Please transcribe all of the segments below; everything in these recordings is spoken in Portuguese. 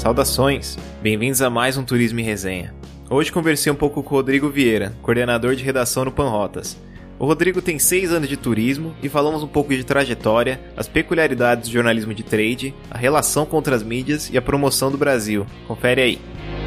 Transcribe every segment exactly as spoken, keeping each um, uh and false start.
Saudações! Bem-vindos a mais um Turismo e Resenha. Hoje conversei um pouco com o Rodrigo Vieira, coordenador de redação no Panrotas. O Rodrigo tem seis anos de turismo e falamos um pouco de trajetória, as peculiaridades do jornalismo de trade, a relação com outras mídias e a promoção do Brasil. Confere aí.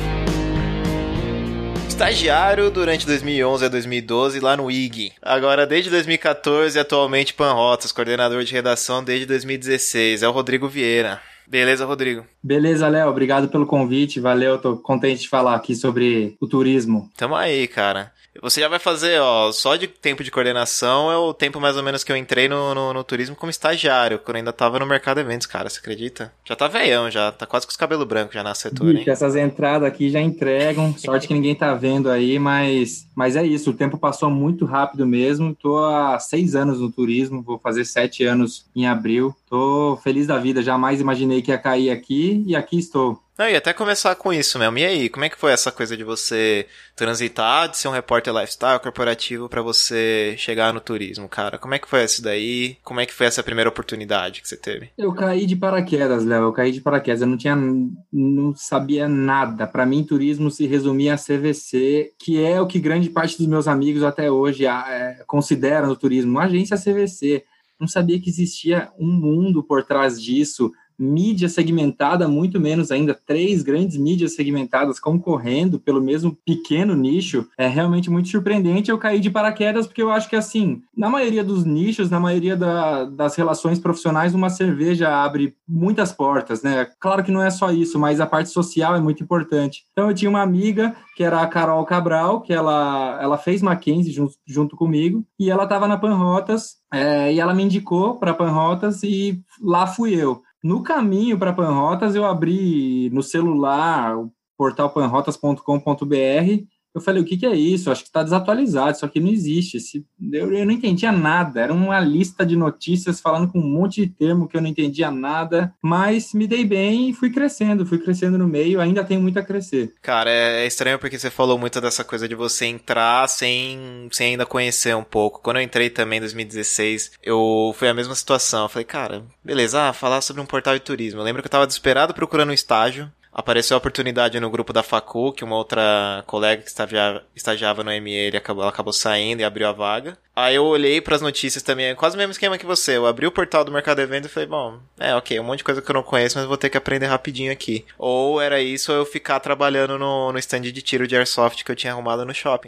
Estagiário durante dois mil e onze a dois mil e doze lá no I G. Agora desde dois mil e quatorze atualmente Panrotas, coordenador de redação desde dois mil e dezesseis. É o Rodrigo Vieira. Beleza, Rodrigo? Beleza, Léo. Obrigado pelo convite. Valeu, tô contente de falar aqui sobre o turismo. Tamo aí, cara. Você já vai fazer, ó, só de tempo de coordenação é o tempo mais ou menos que eu entrei no, no, no turismo como estagiário, quando eu ainda tava no mercado de eventos, cara, você acredita? Já tá veião, já tá quase com os cabelos brancos já na setor, hein? Essas entradas aqui já entregam, sorte que ninguém tá vendo aí, mas, mas é isso, o tempo passou muito rápido mesmo, tô há seis anos no turismo, vou fazer sete anos em abril, tô feliz da vida, jamais imaginei que ia cair aqui e aqui estou. Não, e até começar com isso mesmo. E aí, como é que foi essa coisa de você transitar, de ser um repórter lifestyle corporativo pra você chegar no turismo, cara? Como é que foi isso daí? Como é que foi essa primeira oportunidade que você teve? Eu caí de paraquedas, Léo, eu caí de paraquedas. Eu não tinha, não sabia nada. Pra mim, turismo se resumia a C V C, que é o que grande parte dos meus amigos até hoje é, consideram o turismo, uma agência C V C. Não sabia que existia um mundo por trás disso. Mídia segmentada, muito menos ainda, três grandes mídias segmentadas concorrendo pelo mesmo pequeno nicho, é realmente muito surpreendente. Eu caí de paraquedas porque eu acho que, assim, na maioria dos nichos, na maioria da, das relações profissionais, uma cerveja abre muitas portas, né? Claro que não é só isso, mas a parte social é muito importante. Então, eu tinha uma amiga, que era a Carol Cabral, que ela, ela fez Mackenzie junto, junto comigo, e ela estava na Panrotas, é, e ela me indicou para Panrotas, e lá fui eu. No caminho para Panrotas, eu abri no celular o portal panrotas ponto com ponto b r. Eu falei, o que, que é isso? Acho que está desatualizado, isso aqui não existe. Esse... Eu, eu não entendia nada. Era uma lista de notícias falando com um monte de termo que eu não entendia nada. Mas me dei bem e fui crescendo. Fui crescendo no meio. Ainda tenho muito a crescer. Cara, é estranho porque você falou muito dessa coisa de você entrar sem, sem ainda conhecer um pouco. Quando eu entrei também em dois mil e dezesseis, eu foi a mesma situação. Eu falei, cara, beleza, ah, falar sobre um portal de turismo. Eu lembro que eu tava desesperado procurando um estágio. Apareceu a oportunidade no grupo da Facu, que uma outra colega que estagiava, estagiava no M L, acabou, ela acabou saindo e abriu a vaga. Aí eu olhei pras notícias também, quase o mesmo esquema que você. Eu abri o portal do Mercado Evento e falei, bom, é, ok, um monte de coisa que eu não conheço, mas vou ter que aprender rapidinho aqui. Ou era isso, ou eu ficar trabalhando no, no stand de tiro de airsoft que eu tinha arrumado no shopping.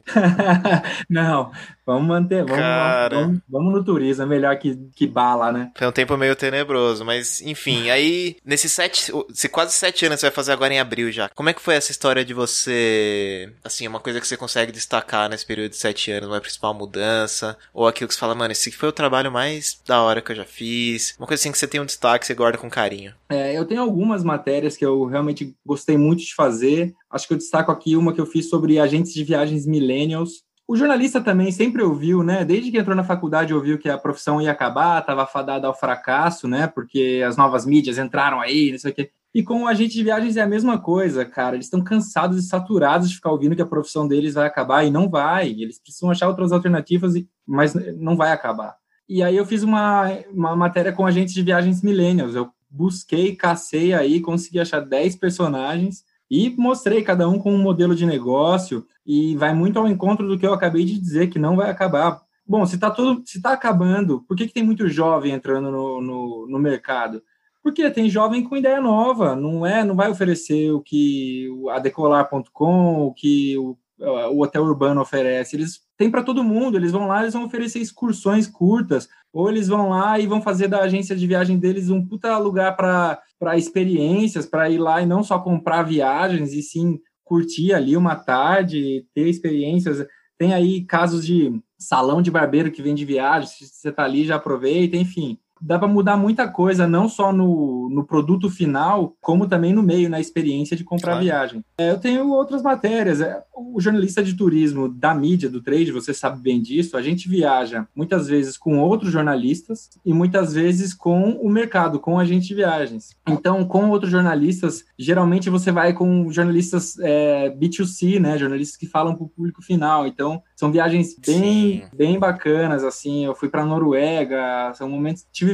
Não, vamos manter, vamos, Cara... vamos, vamos no turismo, é melhor que, que bala, né? Foi um tempo meio tenebroso, mas enfim, aí nesses sete, se quase sete anos você vai fazer agora em abril já. Como é que foi essa história de você, assim, uma coisa que você consegue destacar nesse período de sete anos, uma principal mudança, ou aquilo que você fala, mano, esse aqui foi o trabalho mais da hora que eu já fiz, uma coisa assim que você tem um destaque, você guarda com carinho. É, eu tenho algumas matérias que eu realmente gostei muito de fazer, acho que eu destaco aqui uma que eu fiz sobre agentes de viagens millennials. O jornalista também sempre ouviu, né, desde que entrou na faculdade ouviu que a profissão ia acabar, estava fadada ao fracasso, né, porque as novas mídias entraram aí, não sei o quê. E com o agente de viagens é a mesma coisa, cara. Eles estão cansados e saturados de ficar ouvindo que a profissão deles vai acabar, e não vai. Eles precisam achar outras alternativas, mas não vai acabar. E aí eu fiz uma, uma matéria com agentes de viagens millennials. Eu busquei, cacei aí, consegui achar dez personagens e mostrei cada um com um modelo de negócio, e vai muito ao encontro do que eu acabei de dizer, que não vai acabar. Bom, se está tudo, se tá acabando, por que, que tem muito jovem entrando no, no, no mercado? Porque tem jovem com ideia nova, não é, não vai oferecer o que a Decolar ponto com, o que o, o Hotel Urbano oferece. Eles têm para todo mundo, eles vão lá, eles vão oferecer excursões curtas, ou eles vão lá e vão fazer da agência de viagem deles um puta lugar para para experiências, para ir lá e não só comprar viagens, e sim curtir ali uma tarde, ter experiências. Tem aí casos de salão de barbeiro que vende viagem, se você está ali, já aproveita, enfim. Dá para mudar muita coisa, não só no, no produto final, como também no meio, na experiência de comprar claro. Viagem. É, eu tenho outras matérias. É, o jornalista de turismo da mídia, do trade, você sabe bem disso, a gente viaja muitas vezes com outros jornalistas e muitas vezes com o mercado, com agente de viagens. Então, com outros jornalistas, geralmente você vai com jornalistas é, B dois C, né? Jornalistas que falam para o público final. Então, são viagens bem, bem bacanas, assim. Eu fui para a Noruega, são momentos... Tive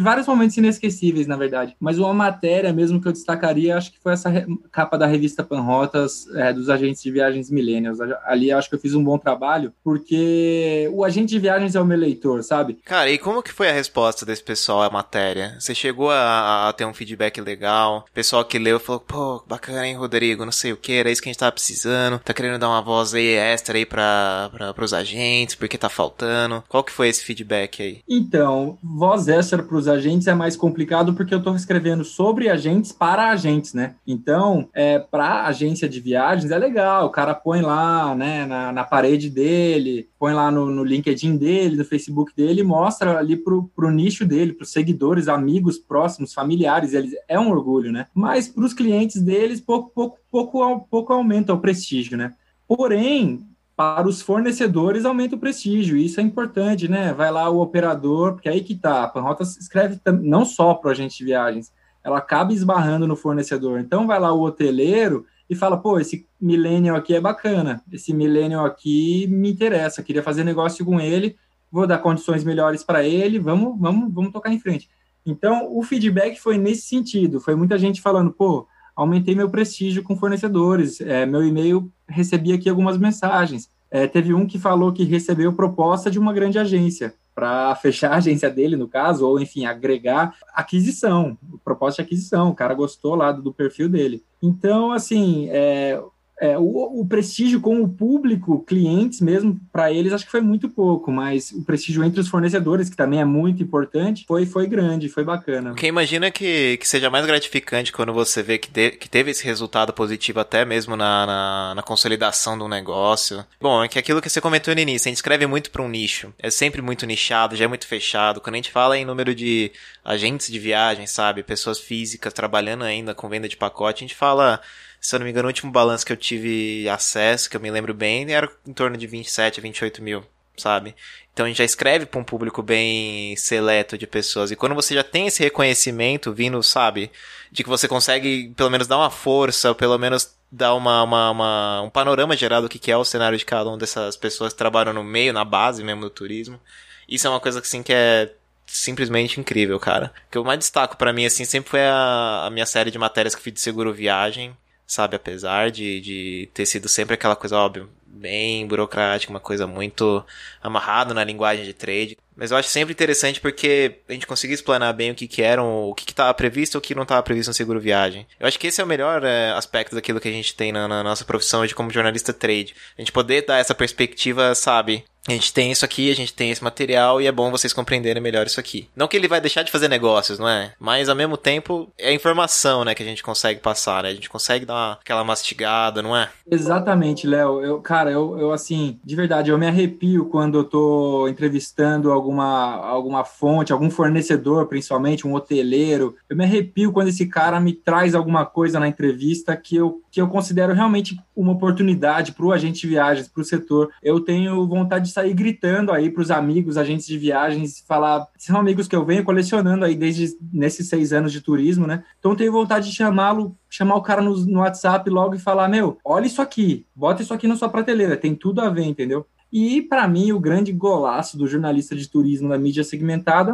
vários momentos inesquecíveis, na verdade. Mas uma matéria mesmo que eu destacaria, acho que foi essa re... capa da revista Panrotas, é, dos agentes de viagens millennials. Ali acho que eu fiz um bom trabalho, porque o agente de viagens é o meu leitor, sabe? Cara, e como que foi a resposta desse pessoal à matéria? Você chegou a, a ter um feedback legal? O pessoal que leu falou, pô, bacana, hein, Rodrigo? Não sei o que, era isso que a gente tava precisando. Tá querendo dar uma voz aí extra aí pra, pra, pros agentes, porque tá faltando. Qual que foi esse feedback aí? Então, voz extra pros agentes é mais complicado porque eu tô escrevendo sobre agentes para agentes, né? Então, é, pra agência de viagens é legal, o cara põe lá, né, na, na parede dele, põe lá no, no LinkedIn dele, no Facebook dele, mostra ali pro, pro nicho dele, pros seguidores, amigos próximos, familiares, eles, é um orgulho, né? Mas pros clientes deles, pouco, pouco, pouco, pouco aumenta o prestígio, né? Porém, para os fornecedores aumenta o prestígio, e isso é importante, né? Vai lá o operador, porque aí que tá, a Panrotas escreve não só para o agente de viagens, ela acaba esbarrando no fornecedor. Então vai lá o hoteleiro e fala, pô, esse millennial aqui é bacana, esse millennial aqui me interessa, queria fazer negócio com ele, vou dar condições melhores para ele, vamos, vamos, vamos tocar em frente. Então, o feedback foi nesse sentido, foi muita gente falando, pô, aumentei meu prestígio com fornecedores, é, meu e-mail recebi aqui algumas mensagens. É, teve um que falou que recebeu proposta de uma grande agência para fechar a agência dele, no caso, ou, enfim, agregar aquisição, proposta de aquisição, o cara gostou lá do, do perfil dele. Então, assim, é, é, o, o prestígio com o público, clientes mesmo, para eles, acho que foi muito pouco, mas o prestígio entre os fornecedores, que também é muito importante, foi, foi grande, foi bacana. O que imagina que, que seja mais gratificante quando você vê que, de, que teve esse resultado positivo até mesmo na, na, na consolidação do negócio. Bom, é que aquilo que você comentou no início, a gente escreve muito para um nicho, é sempre muito nichado, já é muito fechado. Quando a gente fala em número de agentes de viagem, sabe, pessoas físicas trabalhando ainda com venda de pacote, a gente fala... Se eu não me engano, o último balanço que eu tive acesso, que eu me lembro bem, era em torno de vinte e sete a vinte e oito mil, sabe? Então a gente já escreve para um público bem seleto de pessoas. E quando você já tem esse reconhecimento vindo, sabe? De que você consegue pelo menos dar uma força, pelo menos dar uma, uma, uma, um panorama geral do que é o cenário de cada uma dessas pessoas que trabalham no meio, na base mesmo do turismo. Isso é uma coisa assim que é simplesmente incrível, cara. O que eu mais destaco para mim, assim, sempre foi a, a minha série de matérias que fiz de seguro viagem. Sabe, apesar de, de ter sido sempre aquela coisa, óbvio, bem burocrática, uma coisa muito amarrada na linguagem de trade. Mas eu acho sempre interessante porque a gente conseguia explanar bem o que que era, o que que estava previsto e o que não estava previsto no seguro viagem. Eu acho que esse é o melhor é, aspecto daquilo que a gente tem na, na nossa profissão hoje como jornalista trade. A gente poder dar essa perspectiva, sabe... A gente tem isso aqui, a gente tem esse material e é bom vocês compreenderem melhor isso aqui. Não que ele vai deixar de fazer negócios, não é? Mas ao mesmo tempo é informação, né, que a gente consegue passar, né? A gente consegue dar uma, aquela mastigada, não é? Exatamente, Léo. Eu, cara, eu, eu assim, de verdade, eu me arrepio quando eu tô entrevistando alguma, alguma fonte, algum fornecedor, principalmente, um hoteleiro. Eu me arrepio quando esse cara me traz alguma coisa na entrevista que eu, que eu considero realmente uma oportunidade para o agente de viagens, para o setor. Eu tenho vontade de sair gritando aí para os amigos, agentes de viagens, falar, são amigos que eu venho colecionando aí desde nesses seis anos de turismo, né? Então eu tenho vontade de chamá-lo, chamar o cara no, no WhatsApp logo e falar, meu, olha isso aqui, bota isso aqui na sua prateleira, tem tudo a ver, entendeu? E para mim o grande golaço do jornalista de turismo da mídia segmentada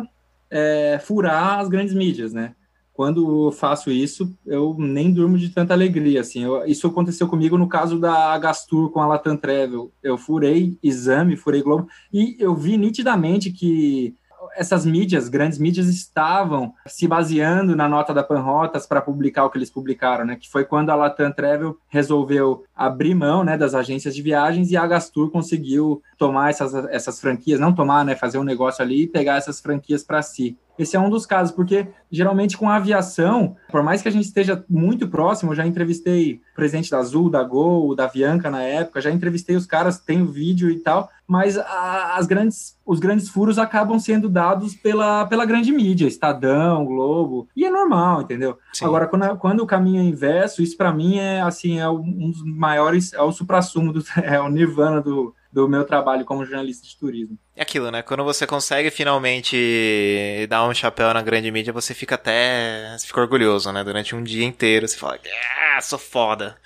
é furar as grandes mídias, né? Quando eu faço isso, eu nem durmo de tanta alegria, assim. Eu, isso aconteceu comigo no caso da Gastur com a Latam Travel. Eu furei Exame, furei Globo, e eu vi nitidamente que essas mídias, grandes mídias, estavam se baseando na nota da Panrotas para publicar o que eles publicaram, né? Que foi quando a Latam Travel resolveu abrir mão, né, das agências de viagens e a Gastur conseguiu tomar essas, essas franquias, não tomar, né, fazer um negócio ali e pegar essas franquias para si. Esse é um dos casos, porque geralmente com a aviação, por mais que a gente esteja muito próximo, eu já entrevistei o presidente da Azul, da Gol, da Avianca na época, já entrevistei os caras, tenho vídeo e tal, mas a, as grandes, os grandes furos acabam sendo dados pela, pela grande mídia, Estadão, Globo, e é normal, entendeu? Sim. Agora, quando, quando o caminho é inverso, isso para mim é, assim, é um dos maiores, é o suprassumo, do, é o nirvana do... do meu trabalho como jornalista de turismo. É aquilo, né? Quando você consegue finalmente dar um chapéu na grande mídia, você fica até... Você fica orgulhoso, né? Durante um dia inteiro, você fala, ah, sou foda.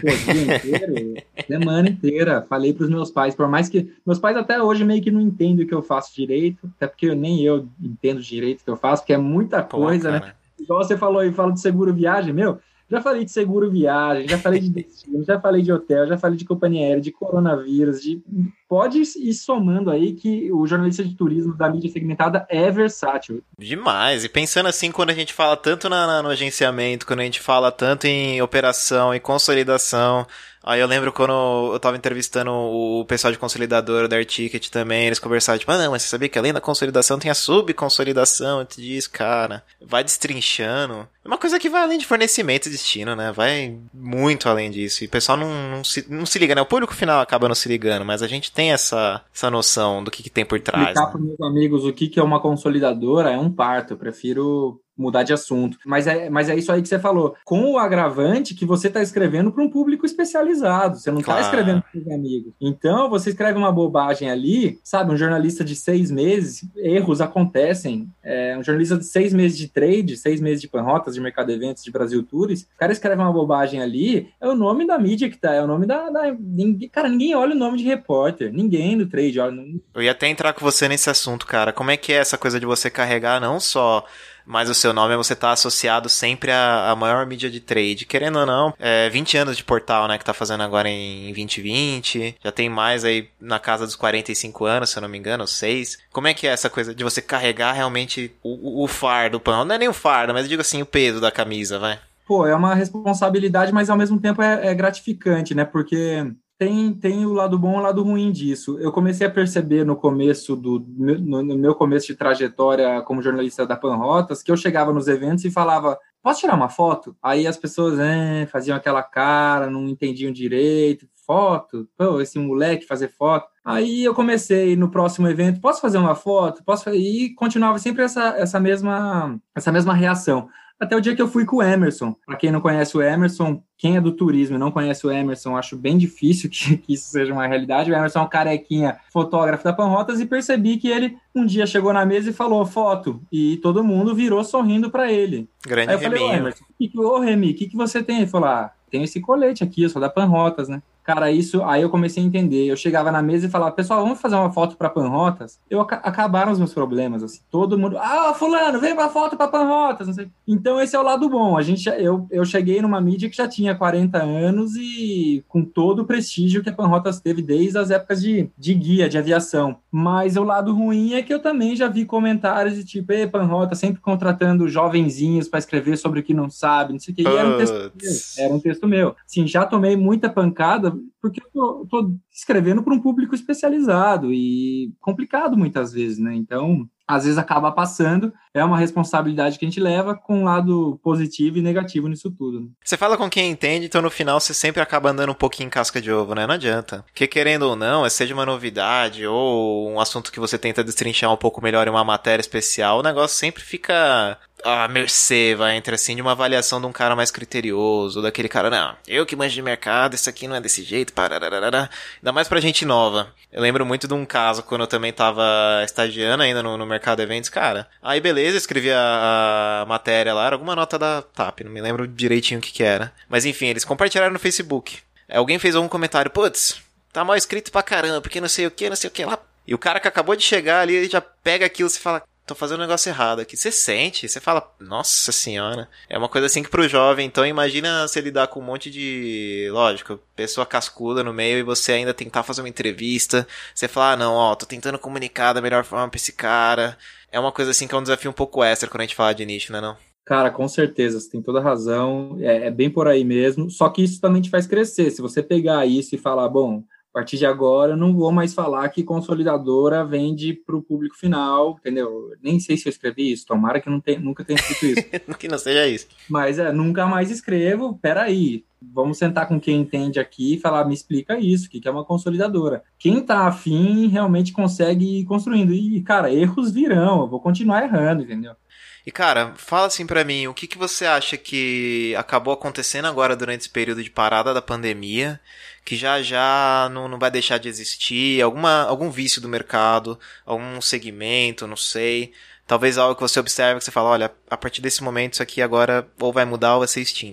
Pô, dia inteiro, semana inteira. Falei pros meus pais, por mais que... Meus pais até hoje meio que não entendem o que eu faço direito, até porque eu, nem eu entendo direito o que eu faço, porque é muita Pô, coisa, né? cara. Igual você falou aí, fala de seguro viagem, meu... Já falei de seguro viagem, já falei de destino, já falei de hotel, já falei de companhia aérea, de coronavírus, de... Pode ir somando aí que o jornalista de turismo da mídia segmentada é versátil. Demais. E pensando assim, quando a gente fala tanto na, na- no agenciamento, quando a gente fala tanto em operação e consolidação. Aí eu lembro quando eu tava entrevistando o pessoal de consolidadora da AirTicket também, eles conversaram, tipo, ah não, mas você sabia que além da consolidação tem a subconsolidação, tu diz, cara, vai destrinchando. É uma coisa que vai além de fornecimento e destino, né? Vai muito além disso. E o pessoal não, não, se, não se liga, né? O público final acaba não se ligando, mas a gente tem essa, essa noção do que, que tem por trás, Explicar né? para meus amigos o que, que é uma consolidadora é um parto. Eu prefiro mudar de assunto. Mas é, mas é isso aí que você falou. Com o agravante que você está escrevendo para um público especializado. Você não está Claro. escrevendo para os amigos. Então, você escreve uma bobagem ali, sabe? Um jornalista de seis meses, erros acontecem. É, um jornalista de seis meses de trade, seis meses de panrotas, de mercado eventos, de Brasil Tours, o cara escreve uma bobagem ali, é o nome da mídia que tá, é o nome da... da ninguém, cara, ninguém olha o nome de repórter. Ninguém do trade olha. Eu ia até entrar com você nesse assunto, cara. Como é que é essa coisa de você carregar não só mais o seu nome, é você estar associado sempre à, à maior mídia de trade. Querendo ou não, é vinte anos de portal, né, que tá fazendo agora em vinte e vinte. Já tem mais aí na casa dos quarenta e cinco anos, se eu não me engano, seis. Como é que é essa coisa de você carregar realmente o, o, o fardo, o pão? Não é nem o fardo, mas eu digo assim, o peso da camisa, vai. Pô, é uma responsabilidade, mas ao mesmo tempo é, é gratificante, né? Porque tem, tem o lado bom e o lado ruim disso. Eu comecei a perceber no começo do no, no meu começo de trajetória como jornalista da Panrotas, que eu chegava nos eventos e falava: posso tirar uma foto? Aí as pessoas eh, faziam aquela cara, não entendiam direito. Foto? Pô, esse moleque fazer foto. Aí eu comecei no próximo evento: posso fazer uma foto? Posso fazer? E continuava sempre essa, essa, mesma, essa mesma reação. Até o dia que eu fui com o Emerson. Para quem não conhece o Emerson, quem é do turismo e não conhece o Emerson, acho bem difícil que, que isso seja uma realidade. O Emerson é um carequinha fotógrafo da Panrotas e percebi que ele um dia chegou na mesa e falou foto. E todo mundo virou sorrindo para ele. Grande Aí eu falei: ô Emerson, ô Remy, o que, que você tem? Ele falou: ah, tem esse colete aqui, eu sou da Panrotas, né? Cara, isso, aí eu comecei a entender. Eu chegava na mesa e falava: pessoal, vamos fazer uma foto para Panrotas? Eu acabaram os meus problemas, assim. Todo mundo: ah, fulano, vem pra foto para Panrotas, não sei. Então esse é o lado bom. A gente, eu, eu cheguei numa mídia que já tinha quarenta anos e com todo o prestígio que a Panrotas teve desde as épocas de, de guia, de aviação. Mas o lado ruim é que eu também já vi comentários de tipo: ei, Panrotas, sempre contratando jovenzinhos para escrever sobre o que não sabe, não sei o que. E era um texto meu. Era um texto meu. Sim, já tomei muita pancada porque eu tô, tô escrevendo para um público especializado e complicado muitas vezes, né? Então, às vezes acaba passando, é uma responsabilidade que a gente leva com um lado positivo e negativo nisso tudo. Né? Você fala com quem entende, então no final você sempre acaba andando um pouquinho em casca de ovo, né? Não adianta. Porque querendo ou não, seja uma novidade ou um assunto que você tenta destrinchar um pouco melhor em uma matéria especial, o negócio sempre fica à mercê, vai, entre assim, de uma avaliação de um cara mais criterioso, daquele cara, não, eu que manjo de mercado, isso aqui não é desse jeito, parararara. Ainda mais pra gente nova. Eu lembro muito de um caso, quando eu também tava estagiando ainda no, no mercado eventos, cara, aí beleza, escrevi a, a matéria lá, era alguma nota da T A P, não me lembro direitinho o que que era. Mas enfim, eles compartilharam no Facebook. Alguém fez algum comentário: putz, tá mal escrito pra caramba, porque não sei o que, não sei o que lá. E o cara que acabou de chegar ali, ele já pega aquilo e fala: tô fazendo um negócio errado aqui. Você sente, você fala: nossa senhora. É uma coisa assim que pro jovem, então imagina você lidar com um monte de, lógico, pessoa cascuda no meio e você ainda tentar fazer uma entrevista. Você fala: ah, não, ó, tô tentando comunicar da melhor forma pra esse cara. É uma coisa assim que é um desafio um pouco extra quando a gente fala de nicho, né, não? Cara, com certeza, você tem toda a razão, é, é bem por aí mesmo, só que isso também te faz crescer. Se você pegar isso e falar: bom, a partir de agora eu não vou mais falar que consolidadora vende para o público final, entendeu? Nem sei se eu escrevi isso, tomara que não tenha, nunca tenha escrito isso. Que não seja isso. Mas é, nunca mais escrevo, peraí, vamos sentar com quem entende aqui e falar: me explica isso, o que é uma consolidadora. Quem tá afim realmente consegue ir construindo. E, cara, erros virão, eu vou continuar errando, entendeu? E cara, fala assim pra mim, o que, que você acha que acabou acontecendo agora durante esse período de parada da pandemia, que já já não, não vai deixar de existir, alguma, algum vício do mercado, algum segmento, não sei, talvez algo que você observe que você fala: olha, a partir desse momento isso aqui agora ou vai mudar ou vai ser extinto.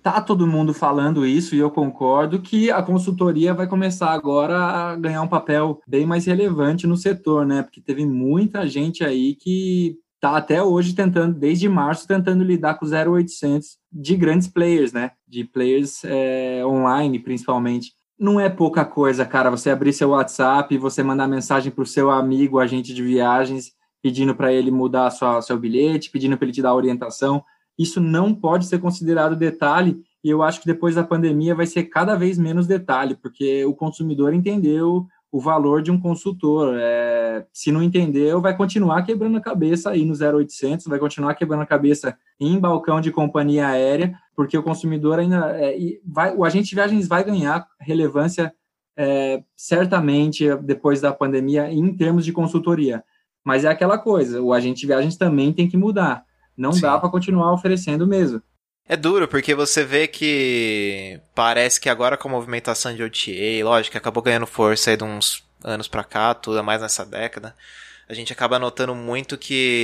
tá todo mundo falando isso, e eu concordo que a consultoria vai começar agora a ganhar um papel bem mais relevante no setor, né? Porque teve muita gente aí que tá até hoje tentando, desde março, tentando lidar com o zero oitocentos de grandes players, né? De players é, online, principalmente. Não é pouca coisa, cara, você abrir seu WhatsApp e você mandar mensagem pro seu amigo, agente de viagens, pedindo para ele mudar sua, seu bilhete, pedindo para ele te dar orientação. Isso não pode ser considerado detalhe, e eu acho que depois da pandemia vai ser cada vez menos detalhe, porque o consumidor entendeu o valor de um consultor. É, se não entendeu, vai continuar quebrando a cabeça aí no zero oitocentos, vai continuar quebrando a cabeça em balcão de companhia aérea, porque o consumidor ainda... É, vai, o agente de viagens vai ganhar relevância é, certamente depois da pandemia em termos de consultoria. Mas é aquela coisa, o agente de viagens também tem que mudar. Não Sim. dá para continuar oferecendo mesmo. É duro, porque você vê que parece que agora com a movimentação de O T A, lógico, que acabou ganhando força aí de uns anos pra cá, tudo mais nessa década, a gente acaba notando muito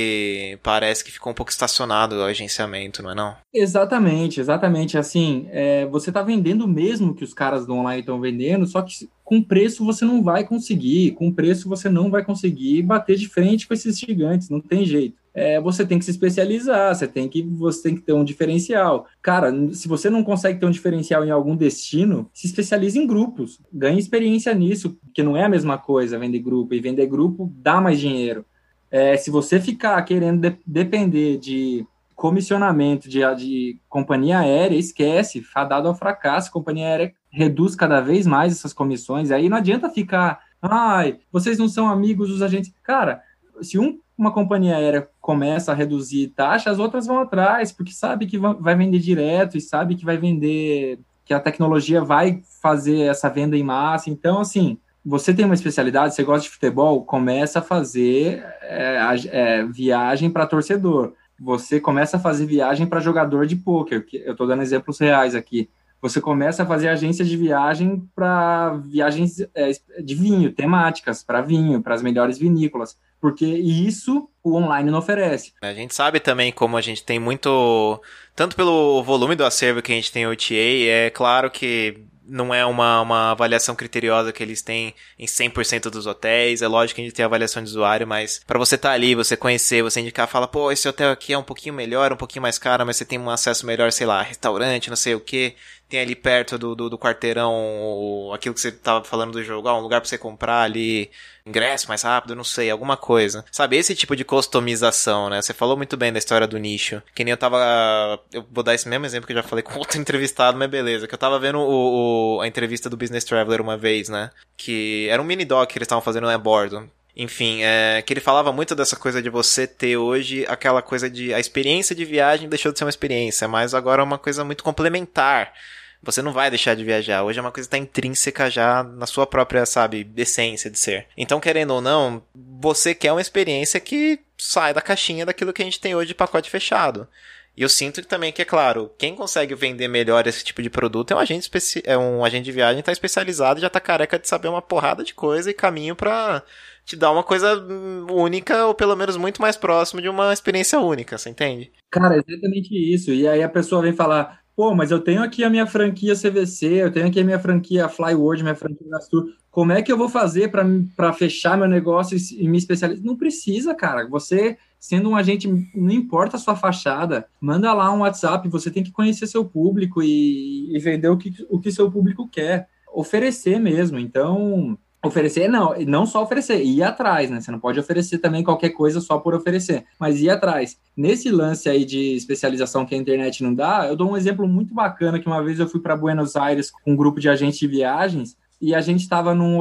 que parece que ficou um pouco estacionado o agenciamento, não é não? Exatamente, exatamente. Assim, é, você tá vendendo mesmo que os caras do online estão vendendo, só que com preço você não vai conseguir, com preço você não vai conseguir bater de frente com esses gigantes, não tem jeito. É, você tem que se especializar, você tem que, você tem que ter um diferencial. Cara, se você não consegue ter um diferencial em algum destino, se especialize em grupos, ganhe experiência nisso, porque não é a mesma coisa vender grupo, e vender grupo dá mais dinheiro. É, se você ficar querendo de, depender de comissionamento de, de companhia aérea, esquece, fadado ao fracasso, a companhia aérea reduz cada vez mais essas comissões, aí não adianta ficar, ai, vocês não são amigos dos agentes. Cara, se um uma companhia aérea começa a reduzir taxa, as outras vão atrás, porque sabe que vai vender direto e sabe que vai vender, que a tecnologia vai fazer essa venda em massa. Então, assim, você tem uma especialidade, você gosta de futebol, começa a fazer é, é, viagem para torcedor. Você começa a fazer viagem para jogador de pôquer, que eu estou dando exemplos reais aqui. Você começa a fazer agência de viagem para viagens é, de vinho, temáticas, para vinho, para as melhores vinícolas, porque isso o online não oferece. A gente sabe também como a gente tem muito, tanto pelo volume do acervo que a gente tem em O T A, é claro que não é uma, uma avaliação criteriosa que eles têm em cem por cento dos hotéis, é lógico que a gente tem avaliação de usuário, mas para você estar tá ali, você conhecer, você indicar, fala, pô, esse hotel aqui é um pouquinho melhor, um pouquinho mais caro, mas você tem um acesso melhor, sei lá, restaurante, não sei o que, tem ali perto do, do, do quarteirão aquilo que você tava falando do jogo, ah, um lugar pra você comprar ali ingresso mais rápido, não sei, alguma coisa. Sabe, esse tipo de customização, né? Você falou muito bem da história do nicho. Que nem eu tava... Eu vou dar esse mesmo exemplo que eu já falei com outro entrevistado, mas beleza. Que eu tava vendo o, o, a entrevista do Business Traveler uma vez, né? Que era um mini doc que eles estavam fazendo a bordo. Enfim, é, que ele falava muito dessa coisa de você ter hoje aquela coisa de... A experiência de viagem deixou de ser uma experiência, mas agora é uma coisa muito complementar. Você não vai deixar de viajar. Hoje é uma coisa que está intrínseca já na sua própria, sabe, essência de ser. Então, querendo ou não, você quer uma experiência que sai da caixinha daquilo que a gente tem hoje de pacote fechado. E eu sinto que também que, é claro, quem consegue vender melhor esse tipo de produto é um agente, especi- é um agente de viagem que está especializado e já está careca de saber uma porrada de coisa e caminho para te dar uma coisa única ou pelo menos muito mais próximo de uma experiência única, você entende? Cara, é exatamente isso. E aí a pessoa vem falar... Pô, mas eu tenho aqui a minha franquia C V C, eu tenho aqui a minha franquia Flyworld, minha franquia Gastur. Como é que eu vou fazer para fechar meu negócio e, e me especializar? Não precisa, cara. Você, sendo um agente, não importa a sua fachada, manda lá um WhatsApp, você tem que conhecer seu público e, e vender o que o que seu público quer. Oferecer mesmo. Então... Oferecer, não, não só oferecer, ir atrás, né? Você não pode oferecer também qualquer coisa só por oferecer, mas ir atrás. Nesse lance aí de especialização que a internet não dá, eu dou um exemplo muito bacana, que uma vez eu fui para Buenos Aires com um grupo de agentes de viagens, e a gente estava num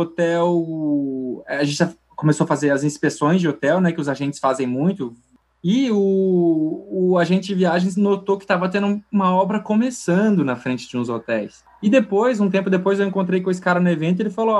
hotel, a gente começou a fazer as inspeções de hotel, né, que os agentes fazem muito, e o, o agente de viagens notou que estava tendo uma obra começando na frente de uns hotéis. E depois, um tempo depois, eu encontrei com esse cara no evento e ele falou, ó,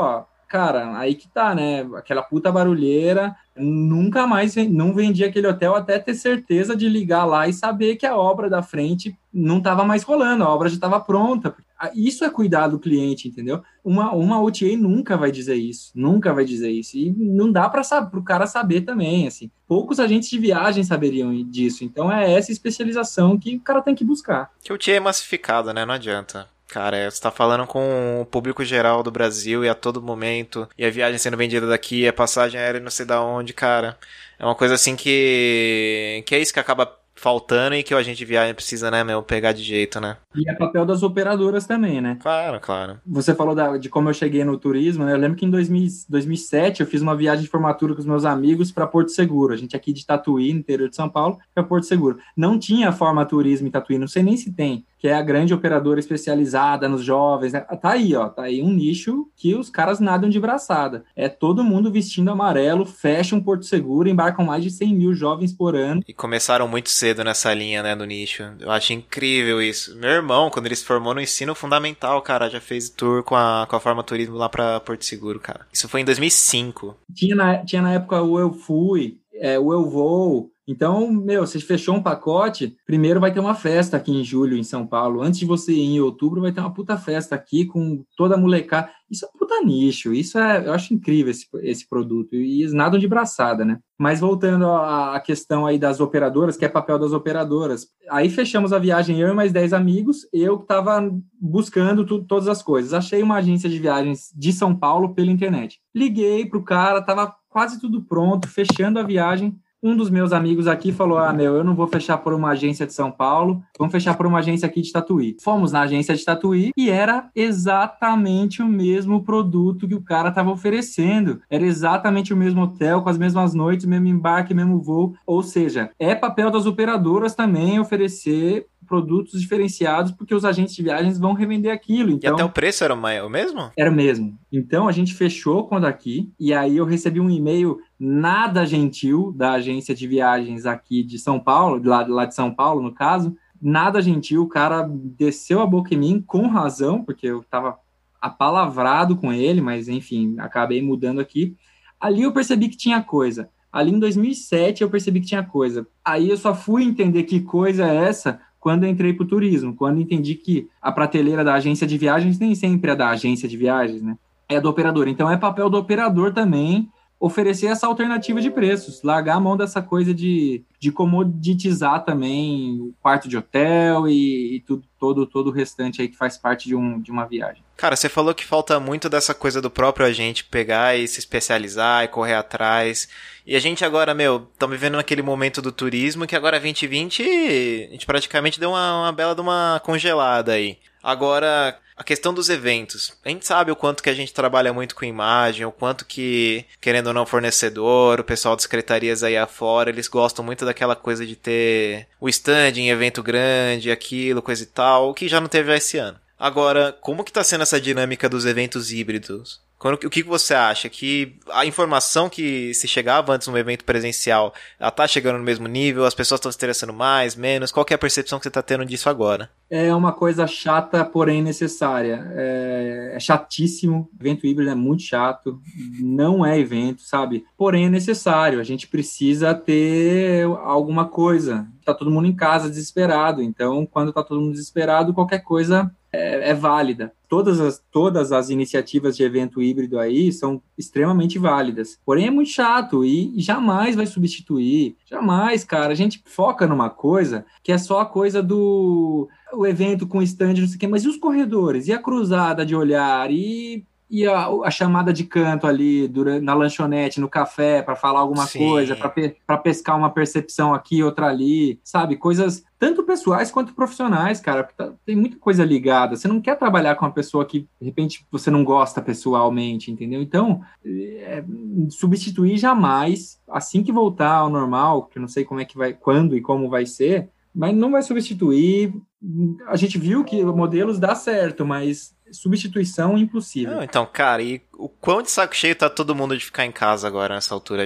cara, aí que tá, né? Aquela puta barulheira, nunca mais não vendia aquele hotel até ter certeza de ligar lá e saber que a obra da frente não estava mais rolando, a obra já estava pronta. Isso é cuidar do cliente, entendeu? Uma, uma O T A nunca vai dizer isso, nunca vai dizer isso. E não dá para o cara saber também, assim. Poucos agentes de viagem saberiam disso. Então é essa especialização que o cara tem que buscar. Que o O T A é massificado, né? Não adianta. Cara, você tá falando com o público geral do Brasil e a todo momento, e a viagem sendo vendida daqui, a passagem aérea não sei da onde, cara. É uma coisa assim que... que é isso que acaba faltando e que o agente de viagem precisa, né, meu, pegar de jeito, né? E é papel das operadoras também, né? Claro, claro. Você falou da, de como eu cheguei no turismo, né? Eu lembro que em dois mil, dois mil e sete eu fiz uma viagem de formatura com os meus amigos para Porto Seguro. A gente aqui de Tatuí, no interior de São Paulo, para Porto Seguro. Não tinha Forma Turismo em Tatuí, não sei nem se tem, que é a grande operadora especializada nos jovens, né? Tá aí, ó, tá aí um nicho que os caras nadam de braçada. É todo mundo vestindo amarelo, fecha um Porto Seguro, embarcam mais de cem mil jovens por ano. E começaram muito cedo nessa linha, né, do nicho. Eu acho incrível isso. Meu irmão, quando ele se formou no ensino fundamental, cara, já fez tour com a, com a Forma Turismo lá pra Porto Seguro, cara. Isso foi em dois mil e cinco. Tinha na, tinha na época o Eu Fui, é, o Eu Vou. Então, meu, você fechou um pacote, primeiro vai ter uma festa aqui em julho, em São Paulo. Antes de você ir em outubro, vai ter uma puta festa aqui com toda a molecada. Isso é um puta nicho, isso é, eu acho incrível esse, esse produto. E eles nadam de braçada, né? Mas voltando à, à questão aí das operadoras, que é papel das operadoras. Aí fechamos a viagem, eu e mais dez amigos, eu que tava buscando tu, todas as coisas. Achei uma agência de viagens de São Paulo pela internet. Liguei pro cara, tava quase tudo pronto, fechando a viagem. Um dos meus amigos aqui falou, ah, meu, eu não vou fechar por uma agência de São Paulo, vamos fechar por uma agência aqui de Tatuí. Fomos na agência de Tatuí e era exatamente o mesmo produto que o cara estava oferecendo. Era exatamente o mesmo hotel, com as mesmas noites, mesmo embarque, mesmo voo. Ou seja, é papel das operadoras também oferecer produtos diferenciados, porque os agentes de viagens vão revender aquilo. Então, e até o preço era o mesmo? Era o mesmo. Então, a gente fechou com a daqui, e aí eu recebi um e-mail nada gentil da agência de viagens aqui de São Paulo, lá, lá de São Paulo, no caso, nada gentil, o cara desceu a boca em mim, com razão, porque eu estava apalavrado com ele, mas, enfim, acabei mudando aqui. Ali eu percebi que tinha coisa. Ali em dois mil e sete eu percebi que tinha coisa. Aí eu só fui entender que coisa é essa quando eu entrei para o turismo, quando entendi que a prateleira da agência de viagens nem sempre é da agência de viagens, né? É do operador. Então é papel do operador também oferecer essa alternativa de preços, largar a mão dessa coisa de, de comoditizar também o quarto de hotel e, e tudo, todo, todo o restante aí que faz parte de, um, de uma viagem. Cara, você falou que falta muito dessa coisa do próprio agente pegar e se especializar e correr atrás. E a gente agora, meu, estamos vivendo naquele momento do turismo que agora vinte e vinte a gente praticamente deu uma, uma bela de uma congelada aí. Agora, a questão dos eventos. A gente sabe o quanto que a gente trabalha muito com imagem, o quanto que, querendo ou não, fornecedor, o pessoal de secretarias aí afora, eles gostam muito daquela coisa de ter o stand em evento grande, aquilo, coisa e tal, o que já não teve já esse ano. Agora, como que tá sendo essa dinâmica dos eventos híbridos? Quando, o que você acha? Que a informação que se chegava antes num evento presencial, ela tá chegando no mesmo nível? As pessoas estão se interessando mais, menos? Qual que é a percepção que você tá tendo disso agora? É uma coisa chata, porém necessária. É, é chatíssimo. Evento híbrido é muito chato. Não é evento, sabe? Porém é necessário. A gente precisa ter alguma coisa. Tá todo mundo em casa desesperado. Então, quando tá todo mundo desesperado, qualquer coisa é, é válida. Todas as, todas as iniciativas de evento híbrido aí são extremamente válidas. Porém, é muito chato e jamais vai substituir. Jamais, cara. A gente foca numa coisa que é só a coisa do... o evento com stand, não sei o quê. Mas e os corredores? E a cruzada de olhar? E... E a, a chamada de canto ali durante, na lanchonete, no café, para falar alguma Sim. coisa, para pe, pescar uma percepção aqui, outra ali, sabe? Coisas tanto pessoais quanto profissionais, cara, porque tá, tem muita coisa ligada. Você não quer trabalhar com uma pessoa que, de repente, você não gosta pessoalmente, entendeu? Então, é, substituir jamais, assim que voltar ao normal, que eu não sei como é que vai, quando e como vai ser, mas não vai substituir. A gente viu que modelos dá certo, mas substituição impossível. Não, então, cara, e o quão de saco cheio tá todo mundo de ficar em casa agora nessa altura já?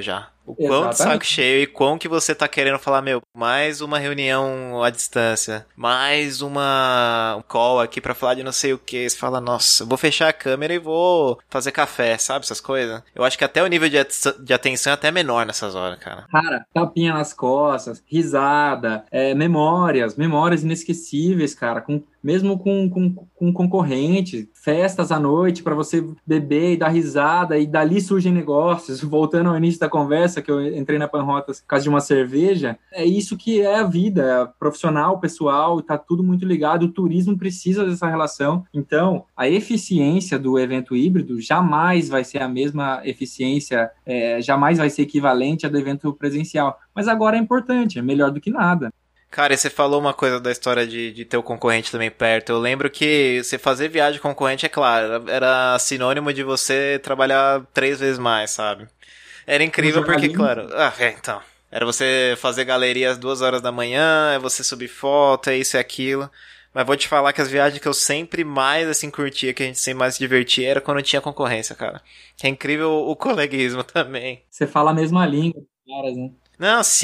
O quão de saco cheio e quão que você tá querendo falar, meu, mais uma reunião à distância, mais uma um call aqui pra falar de não sei o que. Você fala, nossa, eu vou fechar a câmera e vou fazer café, sabe, essas coisas? Eu acho que até o nível de, at- de atenção é até menor nessas horas, cara. Cara, tapinha nas costas, risada, é, memórias, memórias inesquecíveis, cara, com, mesmo com, com, com concorrente, festas à noite para você beber e dar risada, e dali surgem negócios. Voltando ao início da conversa, que eu entrei na Panrotas por causa de uma cerveja, é isso que é a vida, é profissional, pessoal, tá tudo muito ligado, o turismo precisa dessa relação. Então, a eficiência do evento híbrido jamais vai ser a mesma eficiência, é, jamais vai ser equivalente à do evento presencial. Mas agora é importante, é melhor do que nada. Cara, e você falou uma coisa da história de, de ter o concorrente também perto. Eu lembro que você fazer viagem concorrente, é claro, era sinônimo de você trabalhar três vezes mais, sabe? Era incrível porque, claro... Ah, é, então... Era você fazer galeria às duas horas da manhã, é você subir foto, é isso e aquilo. Mas vou te falar que as viagens que eu sempre mais, assim, curtia, que a gente sempre mais se divertia, era quando tinha concorrência, cara. Que é incrível o coleguismo também. Você fala a mesma língua, caras, né? Não, sim,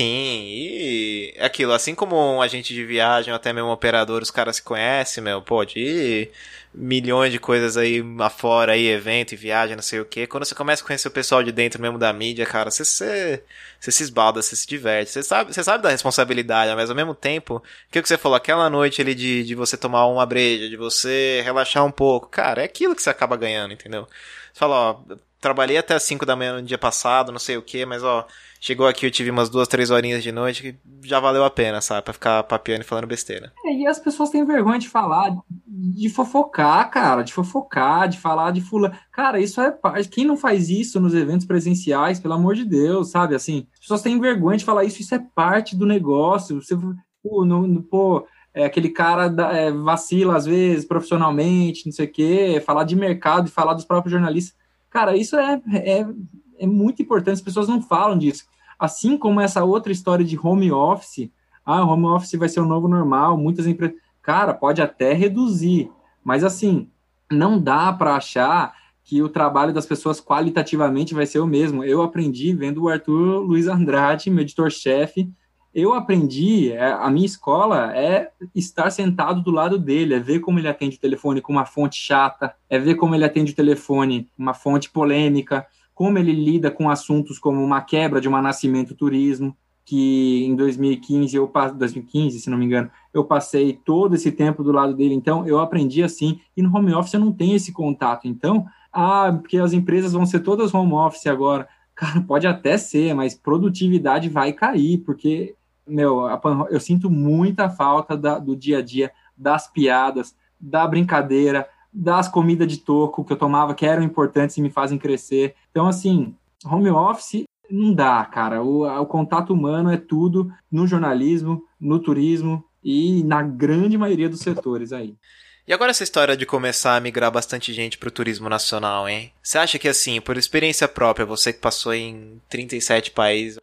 e aquilo, assim como um agente de viagem ou até mesmo um operador, os caras se conhecem, meu, pode ir milhões de coisas aí afora, aí, evento e viagem, não sei o que. Quando você começa a conhecer o pessoal de dentro mesmo da mídia, cara, você, você, você se esbalda, você se diverte, você sabe, você sabe da responsabilidade, mas ao mesmo tempo, o que você falou, aquela noite ali de, de você tomar uma breja, de você relaxar um pouco, cara, é aquilo que você acaba ganhando, entendeu? Você fala, ó, trabalhei até as cinco da manhã no dia passado, não sei o que, mas ó, chegou aqui, eu tive umas duas, três horinhas de noite que já valeu a pena, sabe? Pra ficar papiando e falando besteira. É, e as pessoas têm vergonha de falar, de fofocar, cara, de fofocar, de falar de fulano. Cara, isso é parte. Quem não faz isso nos eventos presenciais, pelo amor de Deus, sabe? Assim, as pessoas têm vergonha de falar isso, isso é parte do negócio. Você, pô, no, no, pô é, aquele cara da, é, vacila às vezes profissionalmente, não sei o quê, falar de mercado e falar dos próprios jornalistas. Cara, isso é, é, é muito importante, as pessoas não falam disso. Assim como essa outra história de home office, ah, o home office vai ser o novo normal, muitas empresas... Cara, pode até reduzir, mas assim, não dá para achar que o trabalho das pessoas qualitativamente vai ser o mesmo. Eu aprendi vendo o Arthur Luiz Andrade, meu editor-chefe, eu aprendi, a minha escola é estar sentado do lado dele, é ver como ele atende o telefone com uma fonte chata, é ver como ele atende o telefone com uma fonte polêmica, como ele lida com assuntos como uma quebra de uma Nascimento Turismo, que em dois mil e quinze, eu, dois mil e quinze, se não me engano, eu passei todo esse tempo do lado dele, então eu aprendi assim, e no home office eu não tenho esse contato, então, ah, porque as empresas vão ser todas home office agora, cara, pode até ser, mas produtividade vai cair, porque, meu, a Pan, eu sinto muita falta da, do dia a dia, das piadas, da brincadeira, das comidas de toco que eu tomava, que eram importantes e me fazem crescer. Então, assim, home office não dá, cara. O, o contato humano é tudo no jornalismo, no turismo e na grande maioria dos setores aí. E agora essa história de começar a migrar bastante gente pro turismo nacional, hein? Você acha que, assim, por experiência própria, você que passou em trinta e sete países...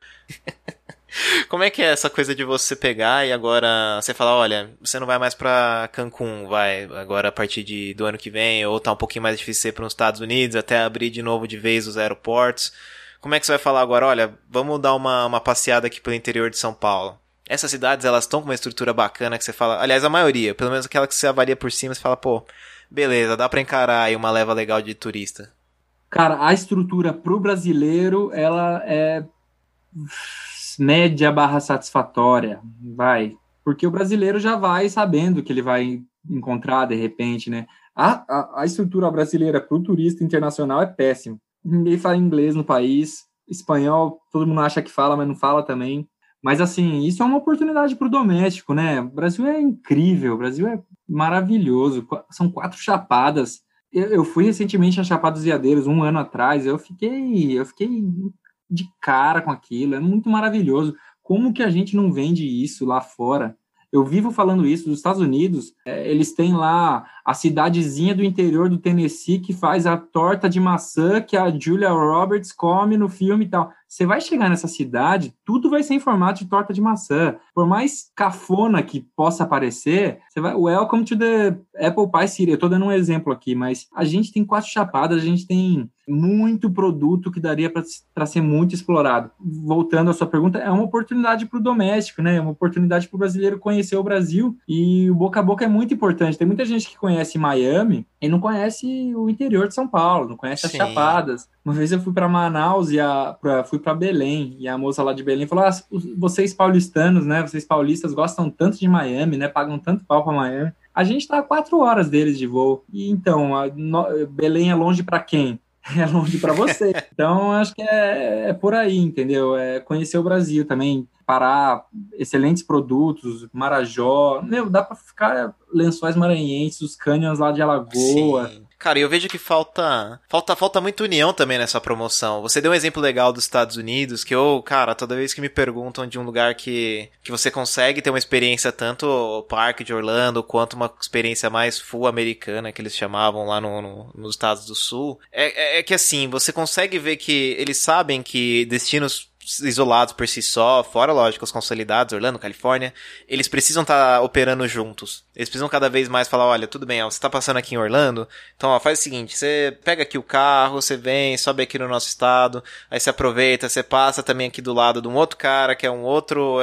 Como é que é essa coisa de você pegar e agora você falar, olha, você não vai mais pra Cancún, vai, agora a partir de, do ano que vem, ou tá um pouquinho mais difícil ir para os Estados Unidos, até abrir de novo de vez os aeroportos. Como é que você vai falar agora, olha, vamos dar uma, uma passeada aqui pelo interior de São Paulo? Essas cidades, elas estão com uma estrutura bacana que você fala, aliás, a maioria, pelo menos aquela que você avalia por cima, você fala, pô, beleza, dá pra encarar aí uma leva legal de turista. Cara, a estrutura pro brasileiro, ela é média barra satisfatória, vai. Porque o brasileiro já vai sabendo que ele vai encontrar de repente, né? A, a, a estrutura brasileira para o turista internacional é péssima. Ninguém fala inglês no país, espanhol todo mundo acha que fala, mas não fala também. Mas assim, isso é uma oportunidade para o doméstico, né? O Brasil é incrível, o Brasil é maravilhoso. São quatro chapadas. Eu, eu fui recentemente a Chapada dos Veadeiros, um ano atrás, eu fiquei, eu fiquei de cara com aquilo, é muito maravilhoso. Como que a gente não vende isso lá fora? Eu vivo falando isso, dos Estados Unidos, é, eles têm lá a cidadezinha do interior do Tennessee que faz a torta de maçã que a Julia Roberts come no filme e tal. Você vai chegar nessa cidade, tudo vai ser em formato de torta de maçã. Por mais cafona que possa parecer, você vai, welcome to the Apple Pie City. Eu tô dando um exemplo aqui, mas a gente tem Quatro Chapadas, a gente tem muito produto que daria para ser muito explorado. Voltando à sua pergunta, é uma oportunidade para o doméstico, né? É uma oportunidade para o brasileiro conhecer o Brasil, e o boca a boca é muito importante. Tem muita gente que conhece Miami e não conhece o interior de São Paulo, não conhece as Sim. Chapadas. Uma vez eu fui para Manaus e a, pra, fui para Belém, e a moça lá de Belém falou: ah, vocês paulistanos, né? Vocês paulistas gostam tanto de Miami, né? Pagam tanto pau para Miami. A gente está a quatro horas deles de voo. E então, a, no, Belém é longe para quem? É longe para você. Então, acho que é, é por aí, entendeu? É conhecer o Brasil também, Pará, excelentes produtos, Marajó. Meu, dá para ficar Lençóis Maranhenses, os canyons lá de Alagoas. Sim. Cara, eu vejo que falta, falta falta muita união também nessa promoção. Você deu um exemplo legal dos Estados Unidos, que eu, cara, toda vez que me perguntam de um lugar que, que você consegue ter uma experiência, tanto o parque de Orlando, quanto uma experiência mais full americana, que eles chamavam lá no, no, nos Estados do Sul, é, é, é que assim, você consegue ver que eles sabem que destinos isolados por si só, fora, lógico, os consolidados, Orlando, Califórnia, eles precisam estar tá operando juntos. Eles precisam cada vez mais falar, olha, tudo bem, ó, você tá passando aqui em Orlando, então, ó, faz o seguinte, você pega aqui o carro, você vem, sobe aqui no nosso estado, aí você aproveita, você passa também aqui do lado de um outro cara, que é um outro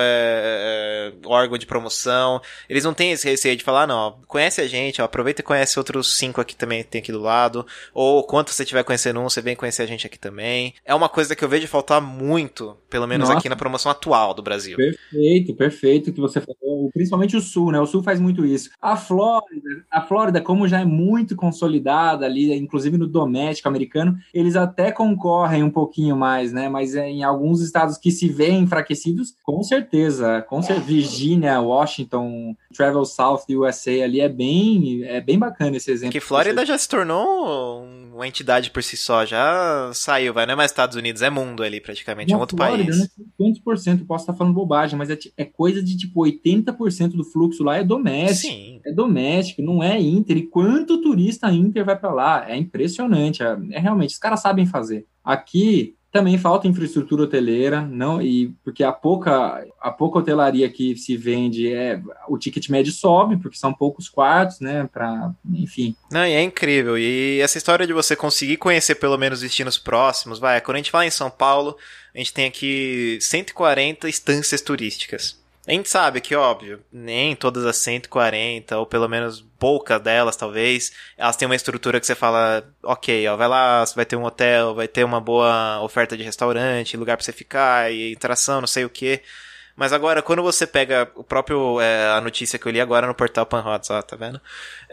é, é, órgão de promoção. Eles não têm esse receio de falar, não, ó, conhece a gente, ó, aproveita e conhece outros cinco aqui também que tem aqui do lado, ou quanto você estiver conhecendo um, você vem conhecer a gente aqui também. É uma coisa que eu vejo faltar muito, pelo menos Nossa. Aqui na promoção atual do Brasil. Perfeito, perfeito que você falou. Principalmente o Sul, né? O Sul faz muito isso. A Flórida, a Flórida, como já é muito consolidada ali, inclusive no doméstico americano, eles até concorrem um pouquinho mais, né? Mas em alguns estados que se veem enfraquecidos, com certeza, com certeza, Virgínia, Washington, Travel South U S A ali é bem, é bem bacana esse exemplo. Que Flórida já se tornou uma entidade por si só, já saiu, vai, não é mais Estados Unidos, é mundo ali praticamente, é um outro Flórida, país. Não sei quantos por cento, posso estar falando bobagem, mas é, é coisa de tipo oitenta por cento do fluxo lá é doméstico. Sim. É doméstico, não é Inter. E quanto turista Inter vai para lá? É impressionante. É, é realmente, os caras sabem fazer. Aqui também falta infraestrutura hoteleira, não, e porque a pouca, a pouca hotelaria que se vende, é, o ticket médio sobe, porque são poucos quartos, né, para, enfim. Não, e é incrível, e essa história de você conseguir conhecer pelo menos destinos próximos, vai, quando a gente fala em São Paulo, a gente tem aqui cento e quarenta estâncias turísticas. A gente sabe que, óbvio, nem todas as cento e quarenta, ou pelo menos poucas delas, talvez, elas têm uma estrutura que você fala, ok, ó, vai lá, vai ter um hotel, vai ter uma boa oferta de restaurante, lugar pra você ficar, e atração, não sei o quê. Mas agora, quando você pega o próprio, é, a notícia que eu li agora no portal Panhots, ó, tá vendo?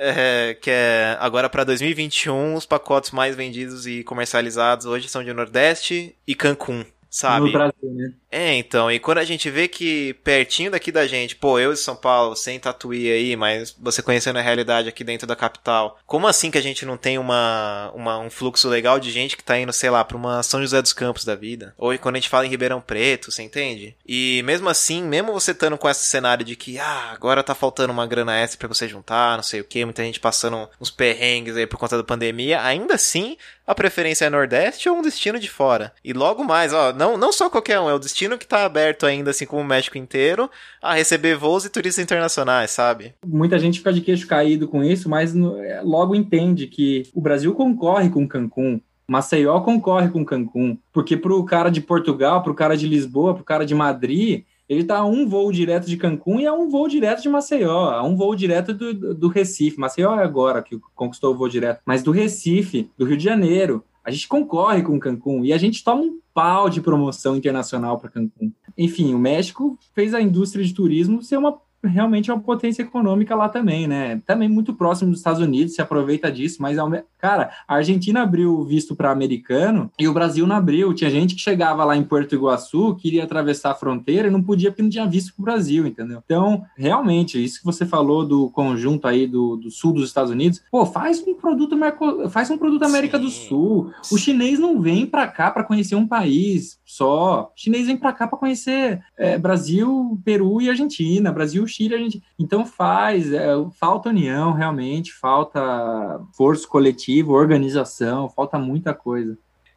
É, que é, agora pra dois mil e vinte e um, os pacotes mais vendidos e comercializados hoje são de Nordeste e Cancún, sabe? No Brasil, né? É, então, e quando a gente vê que pertinho daqui da gente, pô, eu de São Paulo, sem Tatuí aí, mas você conhecendo a realidade aqui dentro da capital, como assim que a gente não tem uma, uma, um fluxo legal de gente que tá indo, sei lá, pra uma São José dos Campos da vida? Ou quando a gente fala em Ribeirão Preto, você entende? E mesmo assim, mesmo você estando com esse cenário de que, ah, agora tá faltando uma grana extra pra você juntar, não sei o que, muita gente passando uns perrengues aí por conta da pandemia, ainda assim, a preferência é Nordeste ou um destino de fora. E logo mais, ó, não, não só qualquer um, é o destino que tá aberto ainda, assim como o México inteiro, a receber voos e turistas internacionais, sabe? Muita gente fica de queixo caído com isso, mas logo entende que o Brasil concorre com Cancún, Maceió concorre com Cancún, porque pro cara de Portugal, pro cara de Lisboa, pro cara de Madrid, ele tá a um voo direto de Cancún e a um voo direto de Maceió, a um voo direto do, do Recife. Maceió é agora que conquistou o voo direto, mas do Recife, do Rio de Janeiro. A gente concorre com Cancún e a gente toma um pau de promoção internacional para Cancún. Enfim, o México fez a indústria de turismo ser uma realmente uma potência econômica lá também, né? Também muito próximo dos Estados Unidos, se aproveita disso, mas, cara, a Argentina abriu visto para americano e o Brasil não abriu. Tinha gente que chegava lá em Puerto Iguaçu, queria atravessar a fronteira e não podia porque não tinha visto pro Brasil, entendeu? Então, realmente, isso que você falou do conjunto aí do, do sul dos Estados Unidos, pô, faz um produto, faz um produto América Sim. do Sul. O chinês não vem para cá para conhecer um país só. O chinês vem para cá para conhecer é, Brasil, Peru e Argentina, Brasil, Chile, a gente... Então faz, é, falta união, realmente, falta força coletiva, organização, falta muita coisa.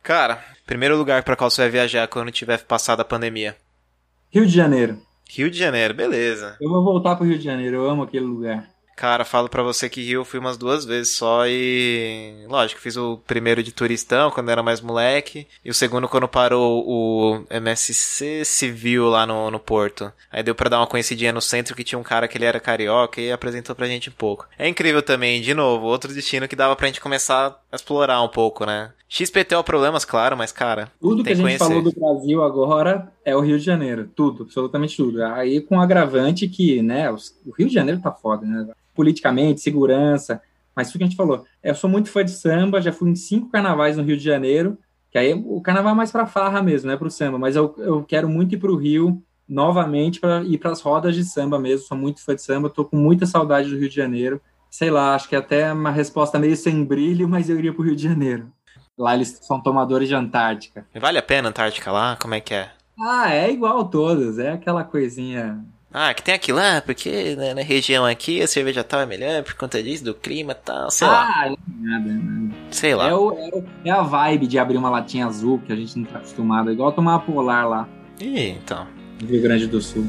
Cara, primeiro lugar pra qual você vai viajar quando tiver passado a pandemia? Rio de Janeiro. Rio de Janeiro, beleza. Eu vou voltar pro Rio de Janeiro, eu amo aquele lugar. Cara, falo pra você que Rio eu fui umas duas vezes só e... Lógico, fiz o primeiro de turistão, quando era mais moleque, e o segundo quando parou o M S C Civil lá no, no Porto. Aí deu pra dar uma conhecidinha no centro que tinha um cara que ele era carioca e apresentou pra gente um pouco. É incrível também, de novo, outro destino que dava pra gente começar a explorar um pouco, né? X P T O problemas, claro, mas cara, tudo que a gente conhecer. falou do Brasil agora é o Rio de Janeiro, tudo, absolutamente tudo. Aí com agravante que, né, o Rio de Janeiro tá foda, né? Politicamente, segurança, mas tudo que a gente falou. Eu sou muito fã de samba, já fui em cinco carnavais no Rio de Janeiro, que aí o carnaval é mais pra farra mesmo, né, pro samba, mas eu, eu quero muito ir pro Rio novamente para ir pras rodas de samba mesmo, sou muito fã de samba, tô com muita saudade do Rio de Janeiro. Sei lá, acho que é até uma resposta meio sem brilho, mas eu iria pro Rio de Janeiro. Lá eles são tomadores de Antártica. Vale a pena a Antártica lá? Como é que é? Ah, é igual todas. É aquela coisinha... Ah, que tem aquilo lá, ah, porque né, na região aqui a cerveja tal é melhor por conta disso, do clima e tal, sei ah, lá. Ah, nada, nada. Sei lá. É, o, é, o, é a vibe de abrir uma latinha azul, que a gente não tá acostumado. É igual tomar a Polar lá. Ih, então. No Rio Grande do Sul.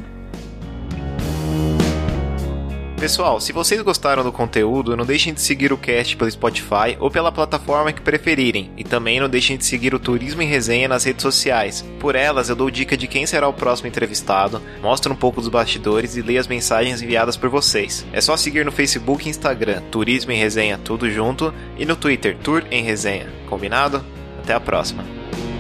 Pessoal, se vocês gostaram do conteúdo, não deixem de seguir o cast pelo Spotify ou pela plataforma que preferirem. E também não deixem de seguir o Turismo em Resenha nas redes sociais. Por elas, eu dou dica de quem será o próximo entrevistado, mostro um pouco dos bastidores e leio as mensagens enviadas por vocês. É só seguir no Facebook e Instagram, Turismo em Resenha tudo junto, e no Twitter, Tour em Resenha. Combinado? Até a próxima.